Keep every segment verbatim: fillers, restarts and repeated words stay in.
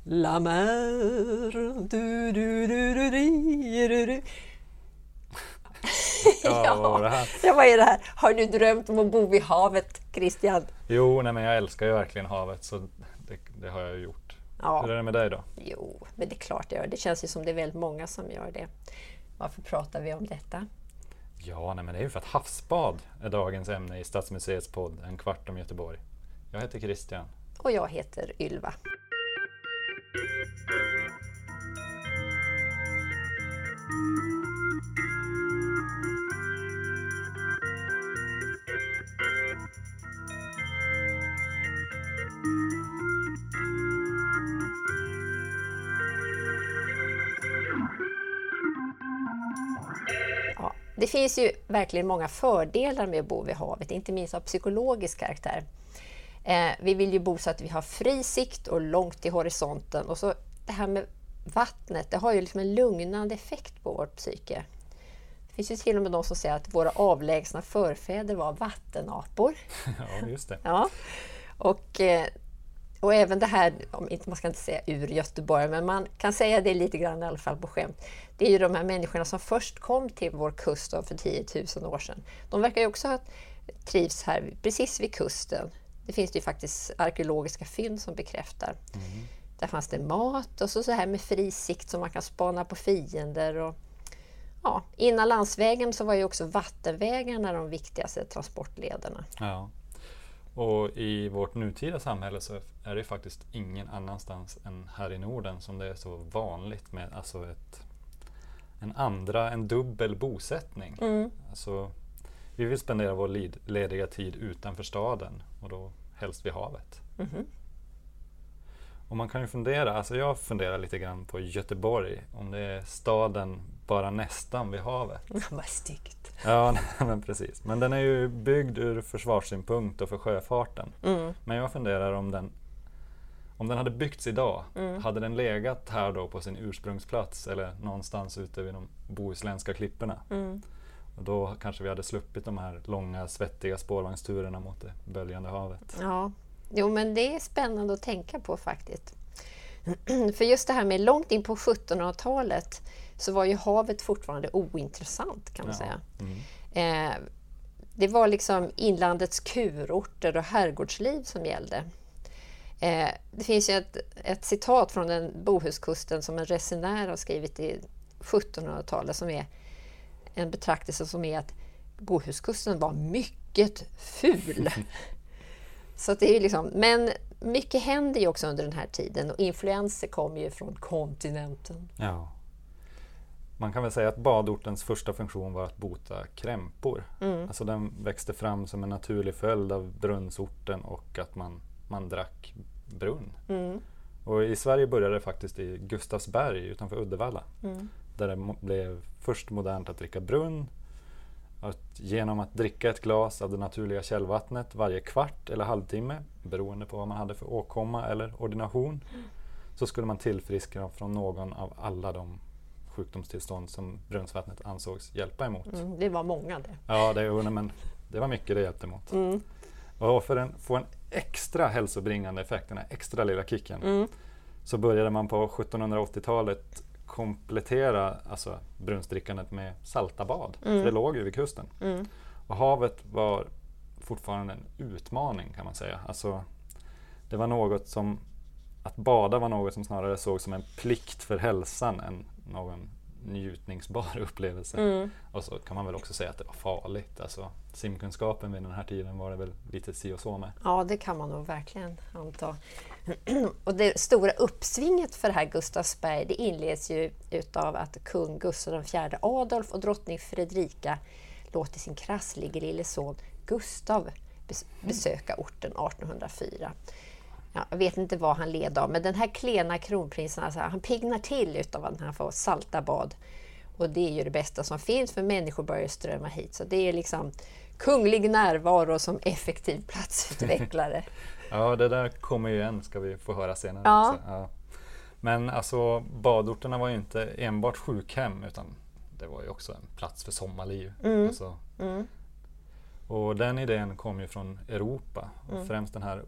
La mer, du, du, du, du, du, du, du. Ja, vad var det här? Ja, vad är det här? Har du drömt om att bo vid havet, Christian? Jo, nej, men jag älskar ju verkligen havet, så det, det har jag gjort. Ja. Hur är det med dig då? Jo, men det är klart jag gör. Det känns ju som det är väldigt många som gör det. Varför pratar vi om detta? Ja, nej, men det är ju för att havsbad är dagens ämne i Stadsmuseets podd En kvart om Göteborg. Jag heter Christian. Och jag heter Ylva. Ja, det finns ju verkligen många fördelar med att bo vid havet, inte minst av psykologisk karaktär. Eh, vi vill ju bo så att vi har fri sikt och långt till horisonten. Och så det här med vattnet, det har ju liksom en lugnande effekt på vårt psyke. Det finns ju till och med de som säger att våra avlägsna förfäder var vattenapor. Ja, just det. Ja. Och, eh, och även det här, om inte, man ska inte säga ur Göteborg, men man kan säga det lite grann i alla fall på skämt. Det är ju de här människorna som först kom till vår kust för tio tusen år sedan. De verkar ju också ha trivs här precis vid kusten. Det finns ju faktiskt arkeologiska fynd som bekräftar. Mm. Där fanns det mat och så, så här med fri sikt som man kan spana på fiender. Och, ja, innan landsvägen så var ju också vattenvägarna de viktigaste transportlederna. Ja. Och i vårt nutida samhälle så är det faktiskt ingen annanstans än här i Norden som det är så vanligt med alltså ett, en andra, en dubbel bosättning. Mm. Alltså, vi vill spendera vår led, lediga tid utanför staden och då helst vid havet. Mm-hmm. Och man kan ju fundera, alltså jag funderar lite grann på Göteborg, om det är staden bara nästan vid havet. Vad styggt. Ja, men precis. Men den är ju byggd ur försvarssynpunkt och för sjöfarten. Mm. Men jag funderar om den, om den hade byggts idag, mm. hade den legat här då på sin ursprungsplats eller någonstans ute vid de bohuslänska klipporna. Mm. Och då kanske vi hade sluppit de här långa, svettiga spårvagnsturerna mot det böljande havet. Ja, jo, men det är spännande att tänka på faktiskt. För just det här med långt in på sjuttonhundratalet så var ju havet fortfarande ointressant, kan man ja. säga. Mm. Eh, det var liksom inlandets kurorter och herrgårdsliv som gällde. Eh, det finns ju ett, ett citat från den Bohuskusten som en resenär har skrivit i sjuttonhundratalet som är en betraktelse som är att Bohuskusten var mycket ful. Så det är ju liksom, men mycket händer ju också under den här tiden och influenser kommer ju från kontinenten. Ja. Man kan väl säga att badortens första funktion var att bota krämpor. Mm. Alltså den växte fram som en naturlig följd av brunnsorten och att man, man drack brunn. Mm. Och i Sverige började det faktiskt i Gustavsberg utanför Uddevalla. Mm. Där det mo- blev först modernt att dricka brunn. Att genom att dricka ett glas av det naturliga källvattnet varje kvart eller halvtimme, beroende på vad man hade för åkomma eller ordination, mm. så skulle man tillfriska från någon av alla de sjukdomstillstånd som brunnsvattnet ansågs hjälpa emot. Mm, det var många det. Ja, det, men det var mycket det hjälpte emot. Mm. Och för att få en extra hälsobringande effekt, den här extra lilla kicken, mm. så började man på sjuttonhundraåttiotalet komplettera alltså, brunnsdrickandet med salta bad. Mm. För det låg ju vid kusten. Mm. Och havet var fortfarande en utmaning, kan man säga. Alltså, det var något som, att bada var något som snarare såg som en plikt för hälsan än någon njutningsbar upplevelse. Mm. Och så kan man väl också säga att det var farligt. Alltså, simkunskapen vid den här tiden var det väl lite si och så med. Ja, det kan man nog verkligen anta. Och det stora uppsvinget för det här Gustavsberg, det inleds ju utav att kung Gustav den fjärde Adolf och drottning Fredrika låter sin krasslige lille son Gustav besöka orten artonhundrafyra. Ja, jag vet inte vad han led av, men den här klena kronprinsen, alltså, han pignar till utav att han får salta bad. Och det är ju det bästa som finns, för människor börjar strömma hit. Så det är liksom kunglig närvaro som effektiv platsutvecklare. Ja, det där kommer ju igen, ska vi få höra senare. Ja. Också. Ja. Men alltså, badorterna var ju inte enbart sjukhem, utan det var ju också en plats för sommarliv. Mm. Alltså. Mm. Och den idén kom ju från Europa. Och mm. främst den här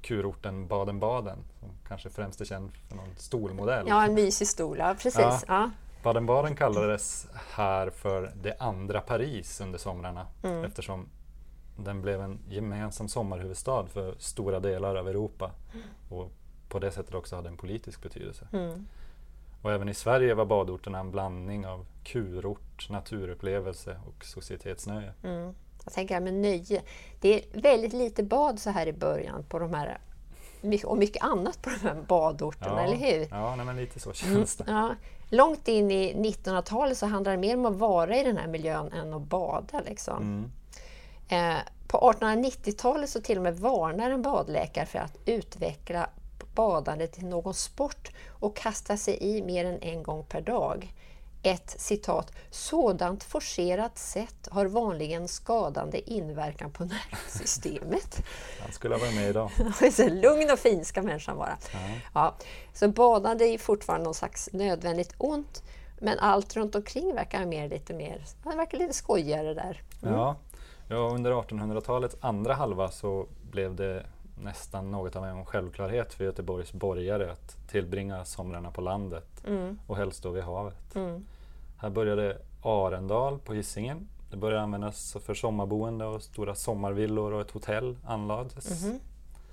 kurorten Baden-Baden, som kanske främst är känd för någon stolmodell. Ja, en mysig stol, ja, precis. Ja. Ja. Baden-Baden kallades här för det andra Paris under somrarna mm. eftersom den blev en gemensam sommarhuvudstad för stora delar av Europa mm. och på det sättet också hade en politisk betydelse. Mm. Och även i Sverige var badorterna en blandning av kurort, naturupplevelse och societetsnöje. Mm. Jag tänker här med nöje. Det är väldigt lite bad så här i början på de här, och mycket annat på de här badorterna, ja, eller hur? Ja, nej, men lite så känns det. Mm, ja. Långt in i nittonhundratalet så handlar det mer om att vara i den här miljön än att bada. Liksom. Mm. Eh, på artonhundranittiotalet så till och med varnar en badläkare för att utveckla badandet till någon sport och kasta sig i mer än en gång per dag. Ett citat, sådant forcerat sätt har vanligen skadande inverkan på nervsystemet. Han skulle ha varit med idag. Så lugn och fin ska människan vara. Ja. Ja, så badande är fortfarande någon slags nödvändigt ont, men allt runt omkring verkar mer lite mer, det verkar lite skojigare där. Mm. Ja. Ja, under artonhundratalets andra halva så blev det nästan något av en självklarhet för Göteborgs borgare att tillbringa somrarna på landet mm. och helst då vid havet. Mm. Här började Arendal på Hisingen. Det började användas för sommarboende och stora sommarvillor och ett hotell anlades. Mm.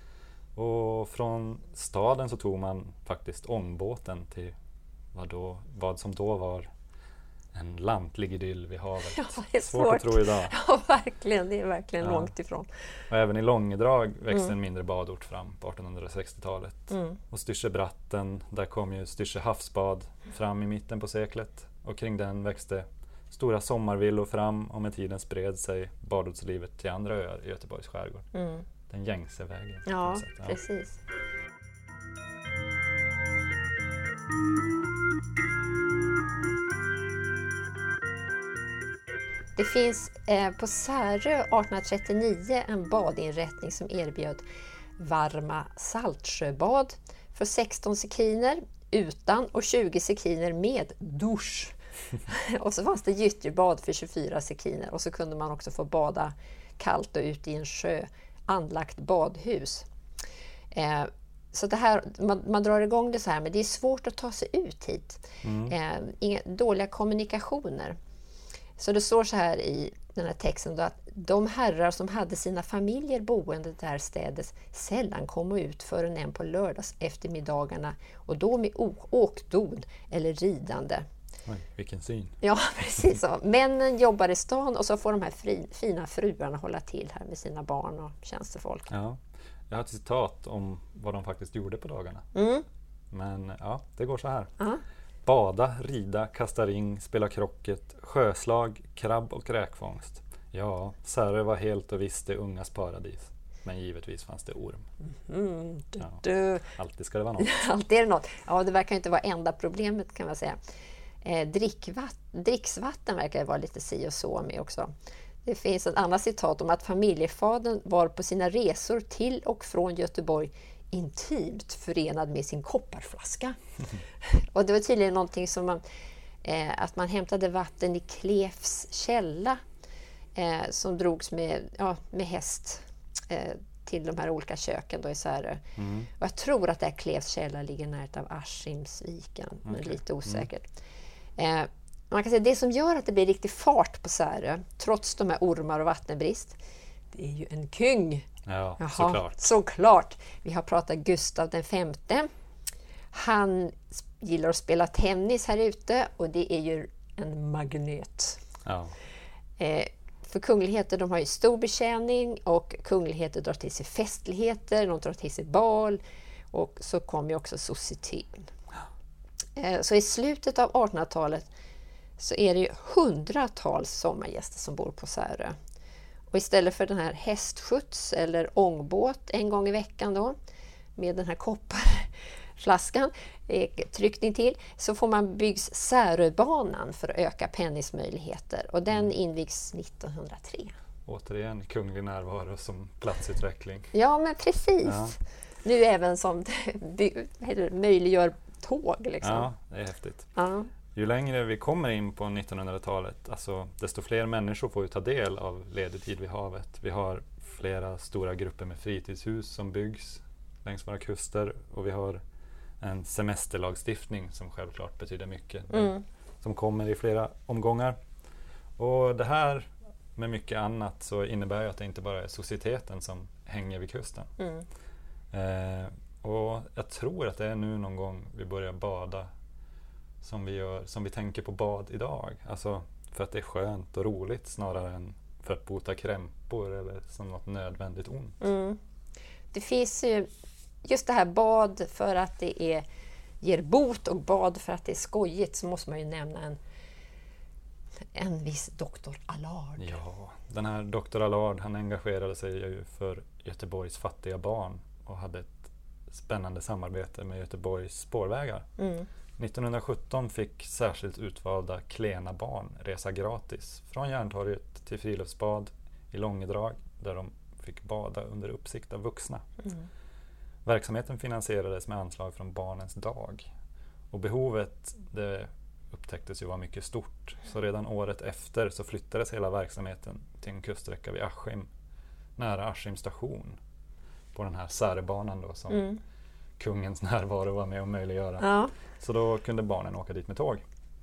Och från staden så tog man faktiskt ångbåten till vad, då, vad som då var en lantlig idyll vid havet. Ja, det är svårt. svårt att tro idag. Ja, verkligen. Det är verkligen ja. långt ifrån. Och även i Långedrag växte mm. en mindre badort fram på artonhundrasextiotalet. Mm. Och Styrsöbratten, där kom ju Styrsö havsbad fram i mitten på seklet. Och kring den växte stora sommarvillor fram och med tiden spred sig badortslivet till andra öar i Göteborgs skärgård. Mm. Den gängse vägen. Ja, ja, precis. Det finns eh, på Särö artonhundratrettionio en badinrättning som erbjöd varma saltsjöbad för sexton sekiner utan och tjugo sekiner med dusch. Och så fanns det gyttjebad för tjugofyra sekiner och så kunde man också få bada kallt och ute i en sjö, anlagt badhus. Eh, så det här, man, man drar igång det så här, men det är svårt att ta sig ut hit. Mm. Eh, inga dåliga kommunikationer. Så det står så här i den här texten då, att de herrar som hade sina familjer boende där städes sällan kom ut förrän en på lördags eftermiddagarna och då med åkdon eller ridande. Oj, vilken syn. Ja, precis så. Männen jobbar i stan och så får de här fri, fina fruarna hålla till här med sina barn och tjänstefolk. Ja, jag har ett citat om vad de faktiskt gjorde på dagarna. Mm. Men ja, det går så här. Uh-huh. Bada, rida, kasta ring, spela krocket, sjöslag, krabb och räkfångst. Ja, Särö var helt och visst det ungas paradis. Men givetvis fanns det orm. Mm, du, ja. du. Alltid ska det vara något. Alltid är det något. Ja, det verkar inte vara enda problemet kan man säga. Eh, drickvatt, dricksvatten verkar vara lite si och så med också. Det finns ett annat citat om att familjefadern var på sina resor till och från Göteborg intimt förenad med sin kopparflaska. Och det var tydligen någonting som man, eh, att man hämtade vatten i Klefs källa eh, som drogs med, ja, med häst eh, till de här olika köken då i Särö. Mm. Och jag tror att det här Klefs källa ligger nära av Askimsviken, men okay. lite osäkert. Mm. Eh, man kan säga det som gör att det blir riktig fart på Särö, trots de här ormar och vattenbrist, det är ju en kung. Ja, Jaha, såklart. såklart. Vi har pratat Gustav den femte. Han gillar att spela tennis här ute och det är ju en magnet. Ja. Eh, för kungligheter, de har ju stor betjäning och kungligheter drar till sig festligheter, de drar till sig bal och så kommer ju också societeten. Eh, så i slutet av artonhundratalet så är det ju hundratals sommargäster som bor på Särö. Och istället för den här hästskjuts eller ångbåt en gång i veckan då med den här kopparflaskan eh, tryckt in till så får man byggs Säröbanan för att öka penningsmöjligheter och den invigs nittonhundratre. Återigen kunglig närvaro som platsutveckling. Ja, men precis. Ja. Nu även som by- möjliggör tåg liksom. Ja, det är häftigt. Ja. Ju längre vi kommer in på nittonhundratalet, alltså, desto fler människor får ju ta del av ledig tid vid havet. Vi har flera stora grupper med fritidshus som byggs. längs våra kuster och vi har en semesterlagstiftning som självklart betyder mycket. Mm. Som kommer i flera omgångar. Och det här med mycket annat så innebär ju att det inte bara är societeten som hänger vid kusten. Mm. Eh, och jag tror att det är nu någon gång vi börjar bada som vi, gör, som vi tänker på bad idag. Alltså för att det är skönt och roligt snarare än för att bota krämpor eller som något nödvändigt ont. Mm. Det finns ju just det här bad för att det är, ger bot och bad för att det är skojigt, så måste man ju nämna en, en viss doktor Allard. Ja, den här doktor Allard, han engagerade sig ju för Göteborgs fattiga barn och hade ett spännande samarbete med Göteborgs spårvägar. Mm. nittonhundrasjutton fick särskilt utvalda klena barn resa gratis från Järntorget till friluftsbad i Långedrag där de fick bada under uppsikt av vuxna. Mm. Verksamheten finansierades med anslag från Barnens dag och behovet det upptäcktes ju var mycket stort, så redan året efter så flyttades hela verksamheten till en kuststräcka vid Askim, nära Askim station, på den här särbanan då som Mm. kungens närvaro var med och möjliggöra. Ja. Så då kunde barnen åka dit med tåg.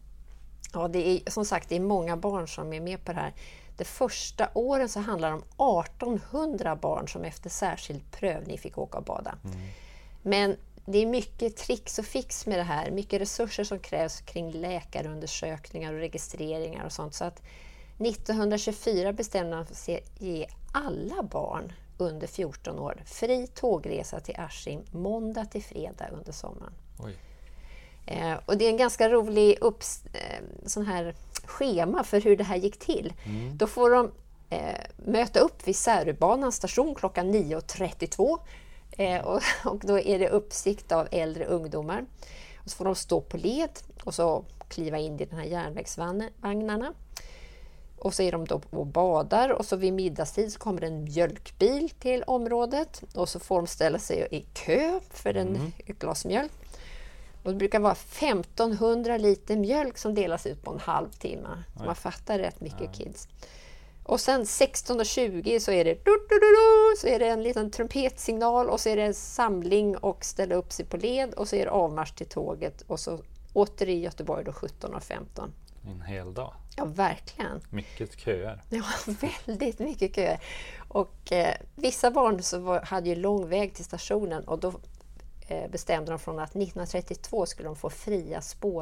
Ja, det är som sagt det är många barn som är med på det här. De första åren så handlar det om artonhundra barn som efter särskild prövning fick åka och bada. Mm. Men det är mycket tricks och fix med det här. Mycket resurser som krävs kring läkarundersökningar och registreringar och sånt. Så att nittonhundratjugofyra bestämde man sig att ge alla barn under fjorton år fri tågresa till Askim måndag till fredag under sommaren. Oj. Eh, och det är en ganska rolig upps, eh, sån här schema för hur det här gick till. Mm. Då får de eh, möta upp vid Säröbanans station klockan nio och trettiotvå. Eh, och, och då är det uppsikt av äldre ungdomar. Och så får de stå på led och så kliva in i den här järnvägsvagnarna. Och så är de då och badar och så vid middagstid så kommer en mjölkbil till området. Och så får de ställa sig i kö för en Mm. ett glas mjölk. Och det brukar vara femtonhundra liter mjölk som delas ut på en halvtimme. Så Oj. man fattar rätt mycket Ja. kids. Och sen sexton och tjugo så är det du, du, du, du, så är det en liten trumpetsignal och så är det en samling och ställa upp sig på led och så är det avmarsch till tåget och så åter i Göteborg då sjutton och femton. En hel dag. Ja, verkligen. Mycket köer. Det var väldigt mycket köer. Och eh, vissa barn så var, hade ju lång väg till stationen och då eh, bestämde de från att nittonhundratrettiotvå skulle de få fria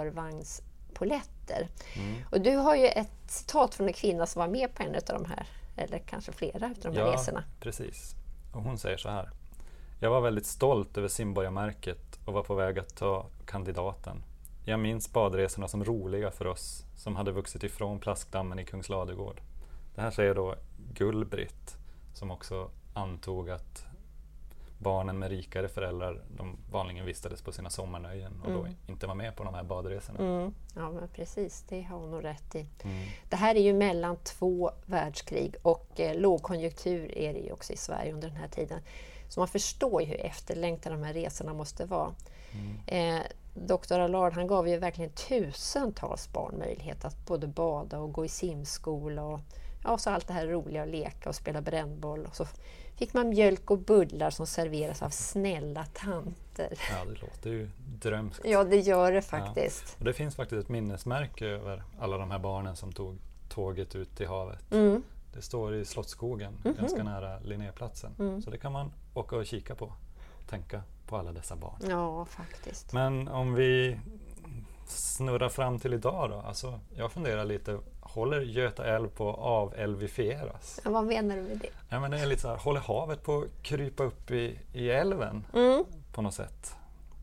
spårvagnspoletter. Mm. Och du har ju ett citat från en kvinna som var med på en av de här, eller kanske flera av de här Ja, resorna. precis. Och hon säger så här. Jag var väldigt stolt över Simborgarmärket och var på väg att ta kandidaten. Jag minns badresorna som roliga för oss som hade vuxit ifrån plaskdammen i Kungsladugård. Det här säger då Gullbritt som också antog att barnen med rikare föräldrar de vanligen vistades på sina sommarnöjen och Mm. då inte var med på de här badresorna. Mm. Ja, men precis. Det har hon nog rätt i. Mm. Det här är ju mellan två världskrig och eh, lågkonjunktur är det ju också i Sverige under den här tiden. Så man förstår ju hur efterlängtade de här resorna måste vara. Mm. Eh, doktor Allard han gav ju verkligen tusentals barn möjlighet att både bada och gå i simskola och ja, så allt det här roliga att leka och spela brännboll. Och så fick man mjölk och bullar som serveras av snälla tanter. Ja, det låter ju drömskt. Ja, det gör det faktiskt. Och det finns faktiskt ett minnesmärke över alla de här barnen som tog tåget ut till havet. Mm. Det står i Slottsskogen, Mhm. ganska nära Linnéplatsen. Mm. Så det kan man åka och kika på. Tänka på alla dessa barn. Ja, faktiskt. Men om vi snurrar fram till idag då. Alltså, jag funderar lite, håller Göta älv på att avelvifieras? Ja, vad menar du med det? Ja, men det är lite så här, håller havet på att krypa upp i, i älven Mm. på något sätt?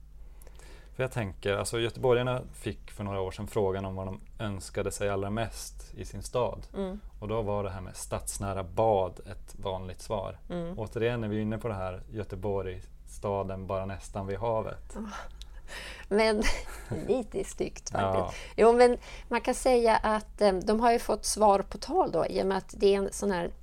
För jag tänker, alltså göteborgarna fick för några år sedan frågan om vad de önskade sig allra mest i sin stad. Mm. Och då var det här med stadsnära bad ett vanligt svar. Mm. Återigen är vi inne på det här Göteborg, staden bara nästan vid havet. Men lite styggt faktiskt. Ja. Jo, men man kan säga att eh, de har ju fått svar på tal då i och med att det är en sån här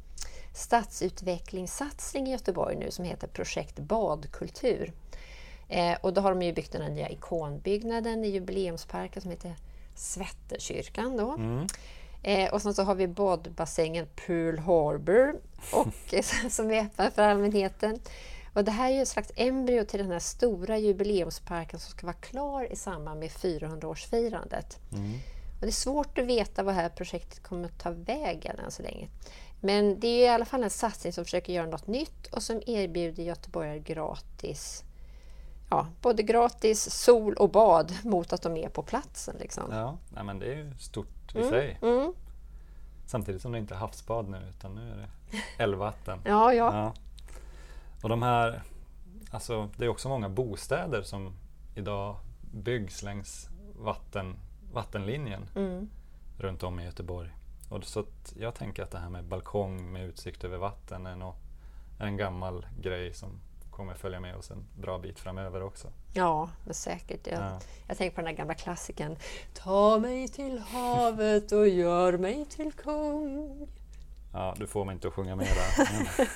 stadsutvecklingssatsning i Göteborg nu som heter Projekt Badkultur. Eh, och då har de ju byggt den här nya ikonbyggnaden i jubileumsparken som heter Svetterkyrkan då. Mm. Eh, och sen så har vi badbassängen Pearl Harbor och, som är öppen för allmänheten. Och det här är ju ett slags embryo till den här stora jubileumsparken som ska vara klar i samband med fyrahundraårsfirandet. Mm. Och det är svårt att veta vad det här projektet kommer att ta vägen än så länge. Men det är i alla fall en satsning som försöker göra något nytt och som erbjuder göteborgare gratis, ja, både gratis sol och bad mot att de är på platsen. Liksom. Ja, nej, men det är ju stort i mm. sig. Mm. Samtidigt som det inte är havsbad nu, utan nu är det älvvatten. ja, ja. ja. Och de här, alltså det är också många bostäder som idag byggs längs vatten, vattenlinjen mm. runt om i Göteborg. Och så att jag tänker att det här med balkong med utsikt över vatten är, nog, är en gammal grej som kommer följa med oss en bra bit framöver också. Ja, men säkert. Jag, ja. jag tänker på den här gamla klassiken. Ta mig till havet och gör mig till kung. Ja, du får mig inte att sjunga med där.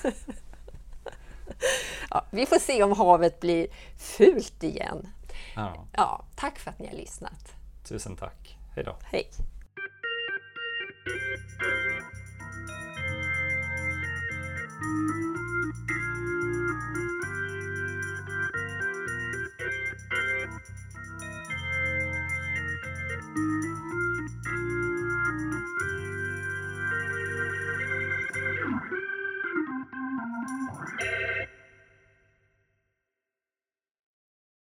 Ja, vi får se om havet blir fult igen. Ja. Ja, tack för att ni har lyssnat. Tusen tack. Hej då. Hej.